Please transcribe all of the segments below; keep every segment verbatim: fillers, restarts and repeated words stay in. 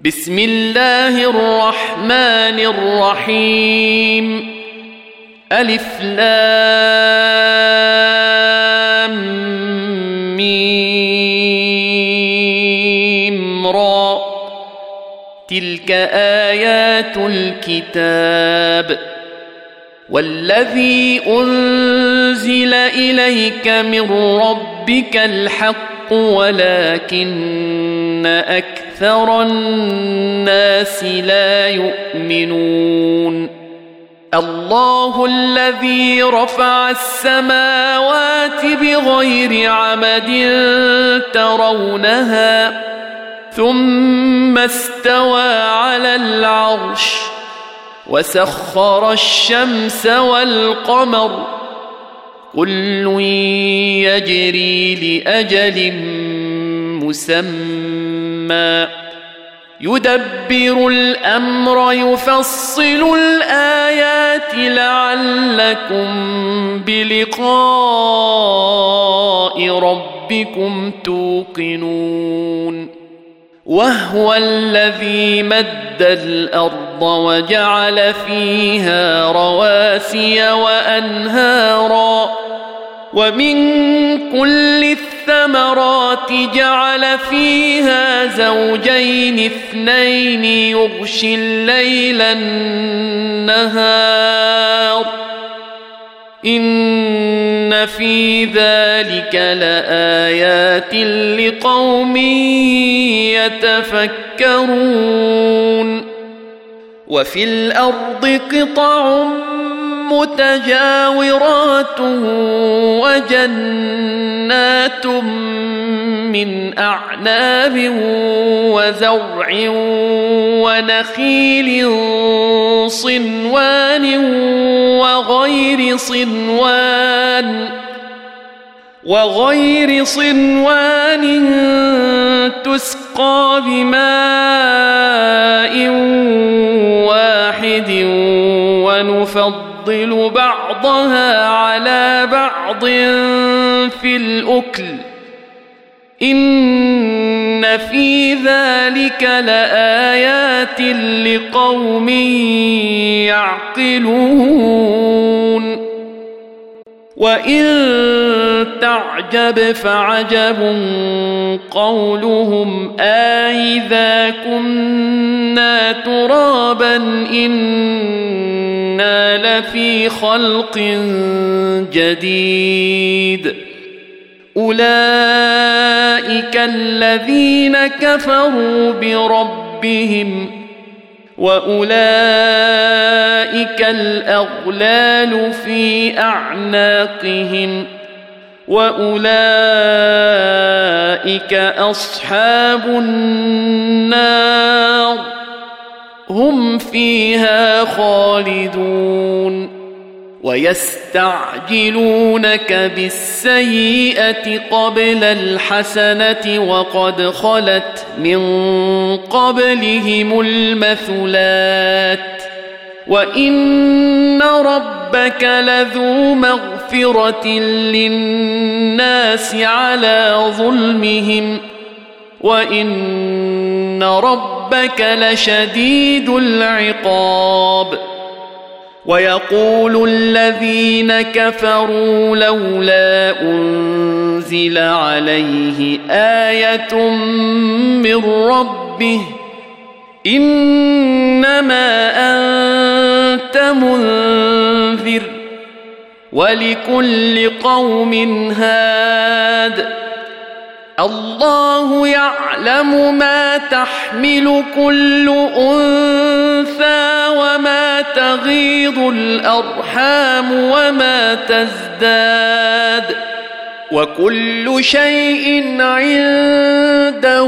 بسم الله الرحمن الرحيم. ألف لام ميم را، تلك آيات الكتاب. والذي أنزل إليك من ربك الحق ولكن أكثر الناس لا يؤمنون. الله الذي رفع السماوات بغير عمد ترونها ثم استوى على العرش وسخر الشمس والقمر كل يجري لأجل مسمى يدبر الأمر يفصل الآيات لعلكم بلقاء ربكم توقنون. وهو الذي مد الأرض وجعل فيها رواسي وأنهارا ومن كل الثمرات جعل فيها زوجين اثنين يغشي الليل النهار إن في ذلك لآيات لقوم يتفكرون. وفي الأرض قطع متجاورات وجنات من أعناب وزرع ونخيل صنوان وغير صنوان وغير صنوان تسقى بماء واحد ونفضل بعضها على بعض في الأكل إن في ذلك لآيات لقوم يعقلون. وإن تعجب فعجب قولهم آئذا كنا ترابا إنا لفي خلق جديد. أولئك الذين كفروا بربهم وأولئك الأغلال في أعناقهم وأولئك أصحاب النار هم فيها خالدون. ويستعجلونك بالسيئة قبل الحسنة وقد خلت من قبلهم المثلات وإن ربك لذو مغفرة للناس على ظلمهم وإن ربك لشديد العقاب. ويقول الذين كفروا لولا أنزل عليه آية من ربه إنما أنت منذر ولكل قوم هاد الله يعلم ما تحمل كل أنثى وما تغيض الأرحام وما تزداد وكل شيء عنده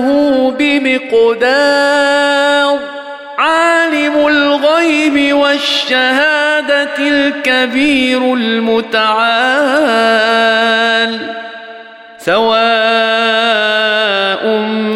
بمقدار. عالم الغيب والشهادة الكبير المتعال سواء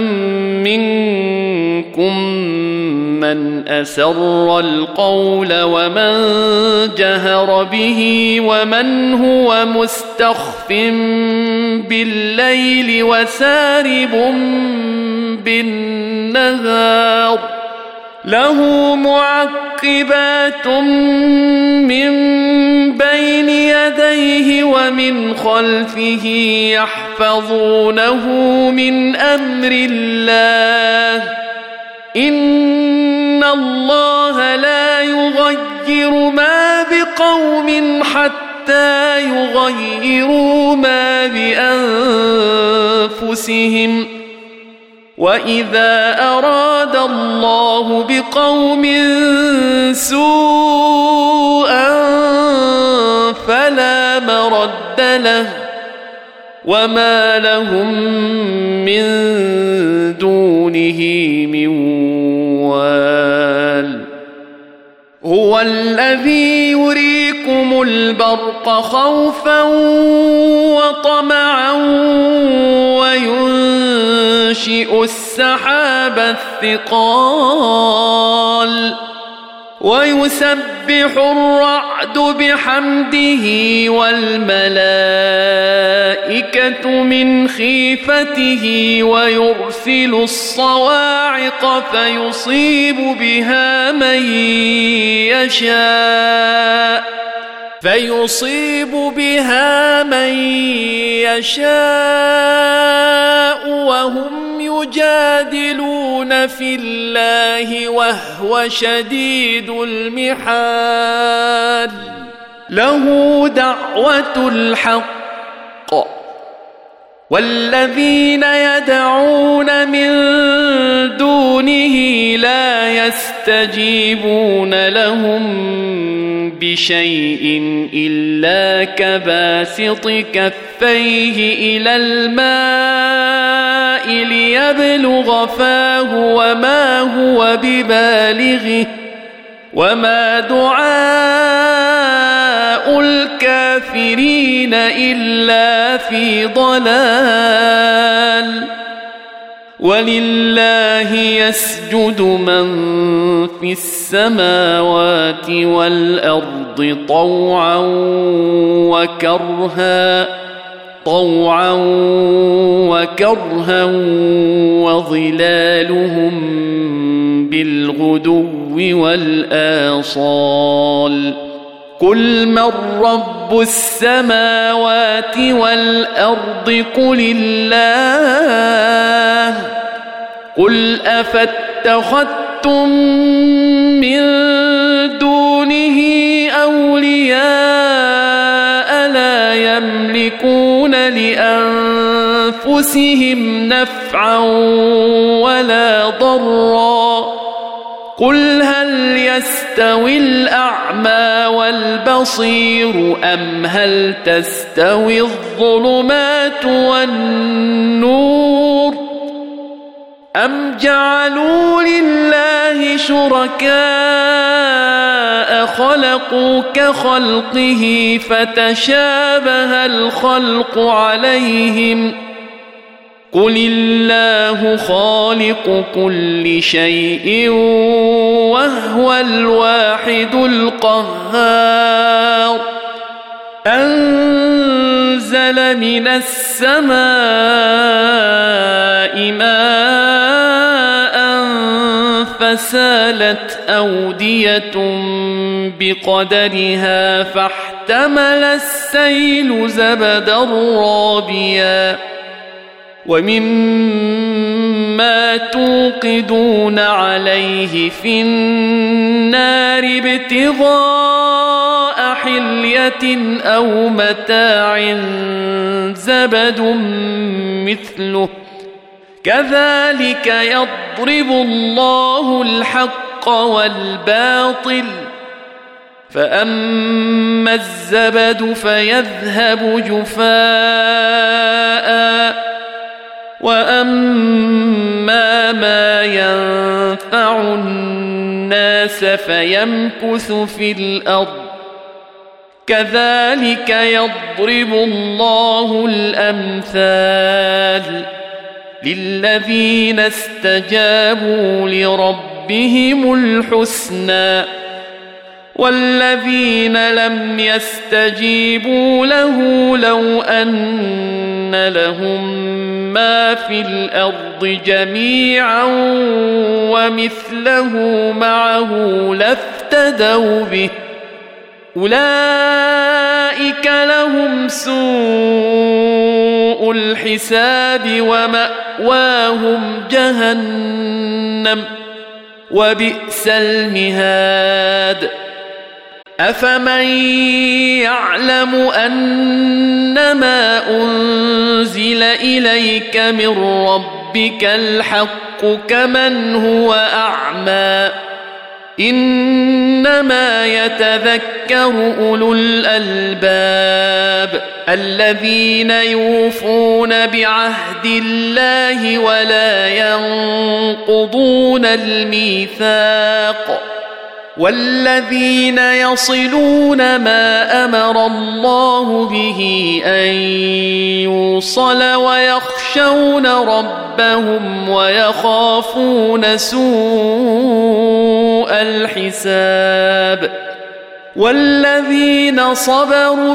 منكم من أسر القول ومن جهر به ومن هو مستخف بالليل وسارب بالنهار النهار له معقبات من بين يديه ومن خلفه يحفظونه من أمر الله إن الله لا يغير ما بقوم حتى يغيروا ما بأنفسهم وإذا أراد الله بقوم سوءا فلا مرد له وما لهم من دونه من وال هو الذي يريكم البرق خوفا وطمعا وينشئ السحاب الثقال ويسبح الرعد بحمده والملائكة من خيفته ويرسل الصواعق فيصيب بها من يشاء فيصيب بها من يشاء وهم يجادلون في الله وهو شديد المحال له دعوة الحق والذين يدعون من دونه لا يستجيبون لهم بشيء إلا كباسط كفيه إلى الماء ليبلغ فاه وما هو ببالغه وما دعاء الكافرين إلا في ضلال ولله يسجد من في السماوات والأرض طوعا وكرها طوعا وكرها وظلالهم بالغدو والآصال قل من رب السماوات والأرض قل الله قل أفاتخذتم من دونه أولياء لا يملكون لأنفسهم نفعا ولا ضرا قل هل يستوي الأعمى والبصير أم هل تستوي الظلمات والنور أم جعلوا لله شركاء خلقوا كخلقه فتشابه الخلق عليهم قل الله خالق كل شيء وهو الواحد القهار أنزل من السماء ماء فسالت أودية بقدرها فاحتمل السيل زبدا رابيا ومما توقدون عليه في النار ابتغاء حلية أو متاع زبد مثله كذلك يضرب الله الحق والباطل فأما الزبد فيذهب جفاءً وأما ما ينفع الناس فيمكث في الأرض كذلك يضرب الله الأمثال للذين استجابوا لربهم الحسنى والذين لم يستجيبوا له لو أن لهم ما في الأرض جميعا ومثله معه لافتدوا به أولئك لهم سوء الحساب ومأواهم جهنم وبئس المهاد أفمن يعلم أنما أنزل إليك من ربك الحق كمن هو أعمى إنما يتذكر أولو الألباب الذين يوفون بعهد الله ولا ينقضون الميثاق والذين يصلون ما أمر الله به أن يوصل ويخشون ربهم ويخافون سوء الحساب والذين صبروا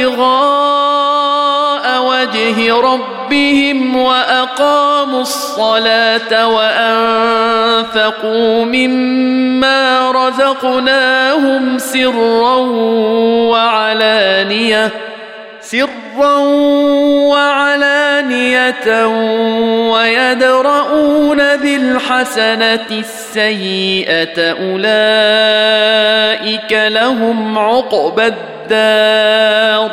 ابتغاء وجه ربهم وأقاموا الصلاة وأنفقوا مما رزقناهم سرا وعلانية سرا وعلانية ويدرؤون بالحسنة السيئة أولئك لهم عقبى الدار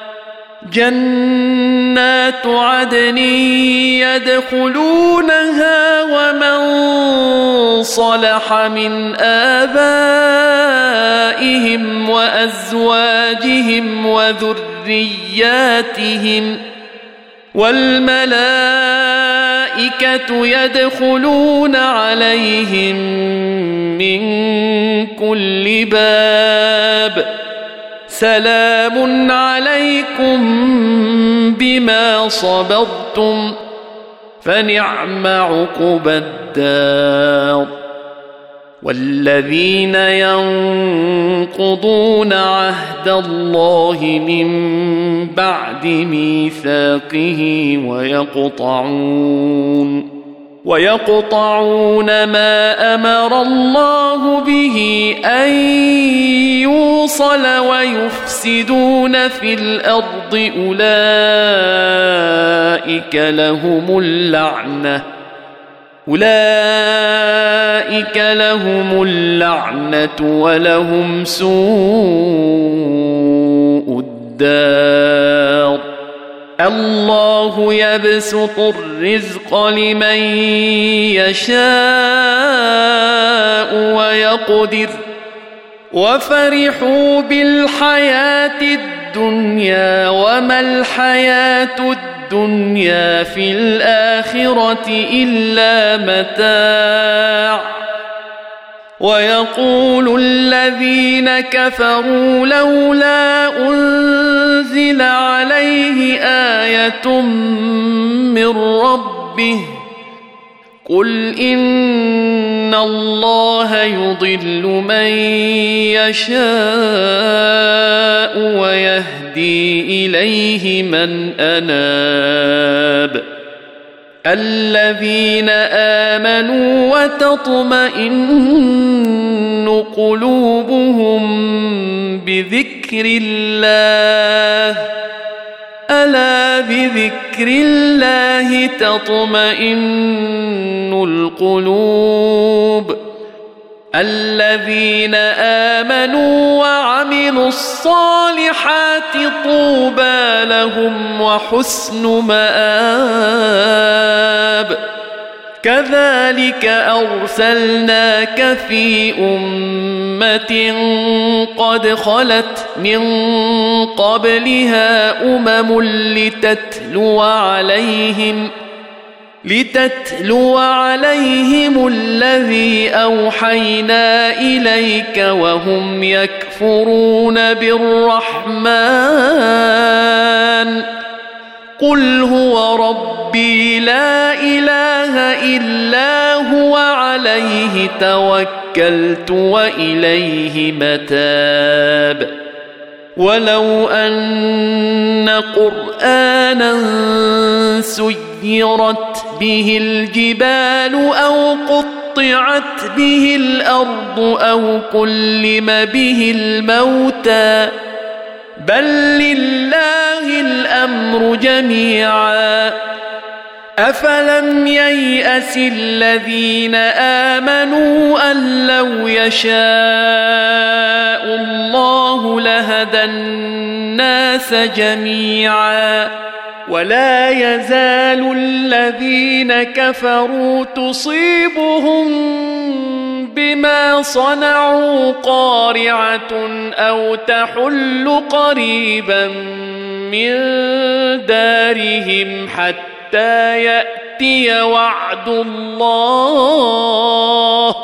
جنات عدن يدخلونها ومن صلح من آبائهم وأزواجهم وذرياتهم والملائكة يدخلون عليهم من كل باب سلام عليكم بما صبرتم فنعم عقبى الدار والذين ينقضون عهد الله من بعد ميثاقه ويقطعون ويقطعون ما أمر الله به أن يوصل ويفسدون في الأرض أولئك لهم اللعنة أولئك لهم اللعنة ولهم سوء الدار الله يبسط الرزق لمن يشاء ويقدر وفرحوا بالحياة الدنيا وما الحياة الدنيا في الآخرة إلا متاع ويقول الذين كفروا لولا أنزل عليه آية من ربه قل إن الله يضل من يشاء ويهدي إليه من أناب الذين آمنوا وتطمئن قلوبهم بذكر الله ألا بذكر الله تطمئن القلوب الذين آمنوا وعملوا الصالحات طوبى لهم وحسن مآب كذلك أرسلناك في أمة قد خلت من قبلها أمم لتتلو عليهم لتتلو عليهم الذي أوحينا إليك وهم يكفرون بالرحمن قل هو ربي لا إله إلا هو عليه توكلت وإليه متاب ولو أن قرآنا سيئا سيرت به الجبال أو قطعت به الأرض أو كلم به الموتى بل لله الأمر جميعا أفلم ييأس الذين آمنوا أن لو يشاء الله لهدى الناس جميعا ولا يزال الذين كفروا تصيبهم بما صنعوا قارعة أو تحل قريبا من دارهم حتى يأتي وعد الله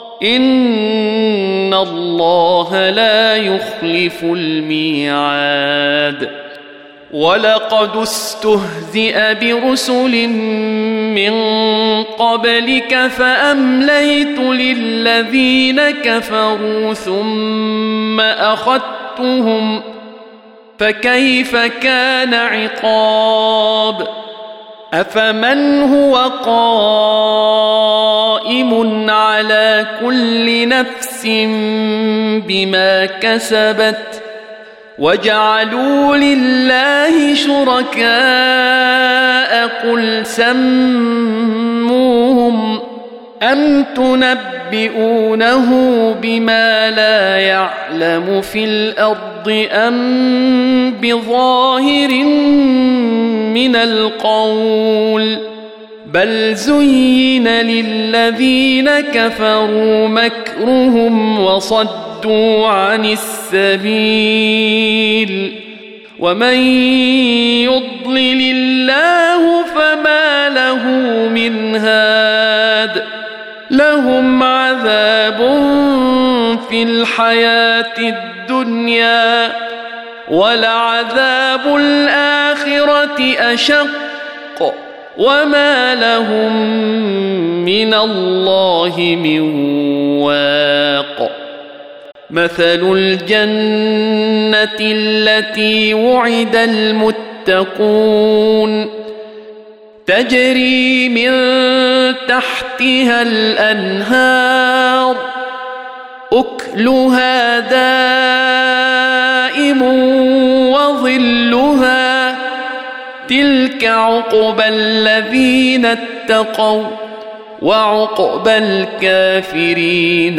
إن الله لا يخلف الميعاد ولقد استهزئ برسل من قبلك فأمليت للذين كفروا ثم أخذتهم فكيف كان عقاب أفمن هو قائم على كل نفس بما كسبت وجعلوا لله شركاء قل سموهم أم تنبئونه بما لا يعلم في الأرض أم بظاهر من القول بل زين للذين كفروا مكرهم وصدوا عن السبيل ومن يضلل الله فما له من هاد لهم عذاب في الحياة الدنيا ولعذاب الآخرة أشق وما لهم من الله من واق مثل الجنة التي وعد المتقون تجري من تحتها الأنهار أكلها دائم وظلها تلك عقبى الذين اتقوا وعقبى الكافرين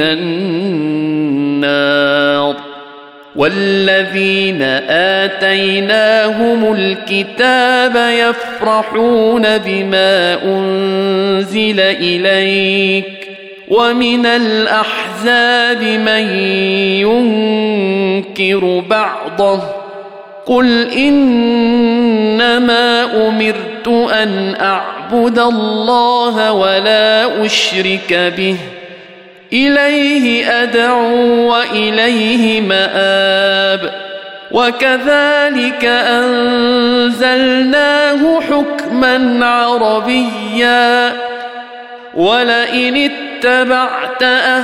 النار والذين آتيناهم الكتاب يفرحون بما أنزل إليك ومن الأحزاب من ينكر بعضه قل إنما أمرت أن أعبد الله ولا أشرك به إليه أدعو وإليه مآب وكذلك أنزلناه حكما عربيا ولئن اتبعت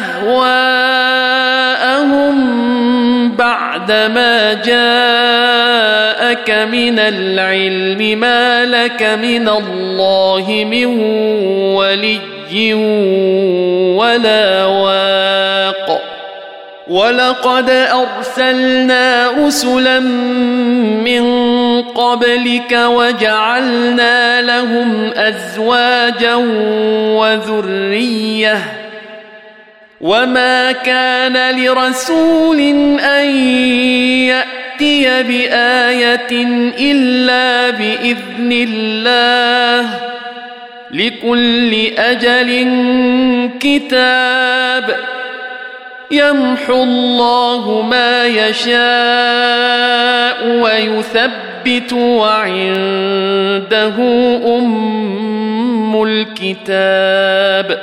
أهواءهم بعدما جاءك من العلم ما لك من الله من ولي ولا واق ولقد أرسلنا رسلا من قبلك وجعلنا لهم أزواجا وذرية وما كان لرسول أن يأتي بآية إلا بإذن الله لكل أجل كتاب يمحو الله ما يشاء ويثبت وعنده أم الكتاب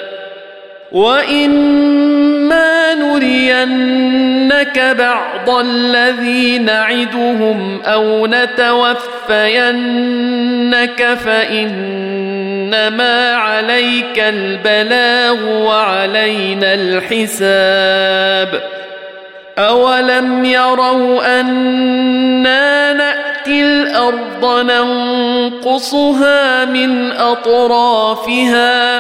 وإما نرينك بعض الذي نعدهم أو نتوفينك فإنما عليك البلاغ وعلينا الحساب أولم يروا أنا نأتي نأتي الأرض ننقصها من أطرافها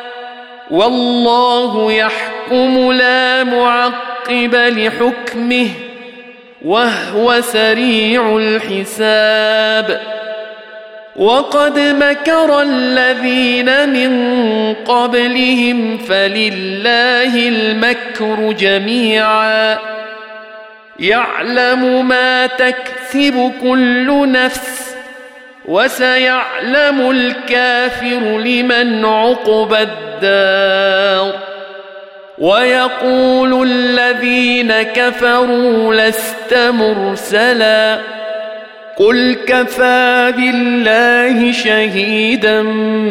والله يحكم لا معقب لحكمه وهو سريع الحساب وقد مكر الذين من قبلهم فلله المكر جميعا يعلم ما تكسب كل نفس وسيعلم الكافر لمن عقبى الدار ويقول الذين كفروا لست مرسلا قل كفى بالله شهيدا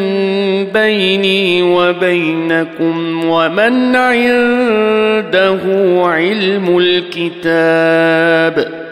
بيني وبينكم ومن عنده علم الكتاب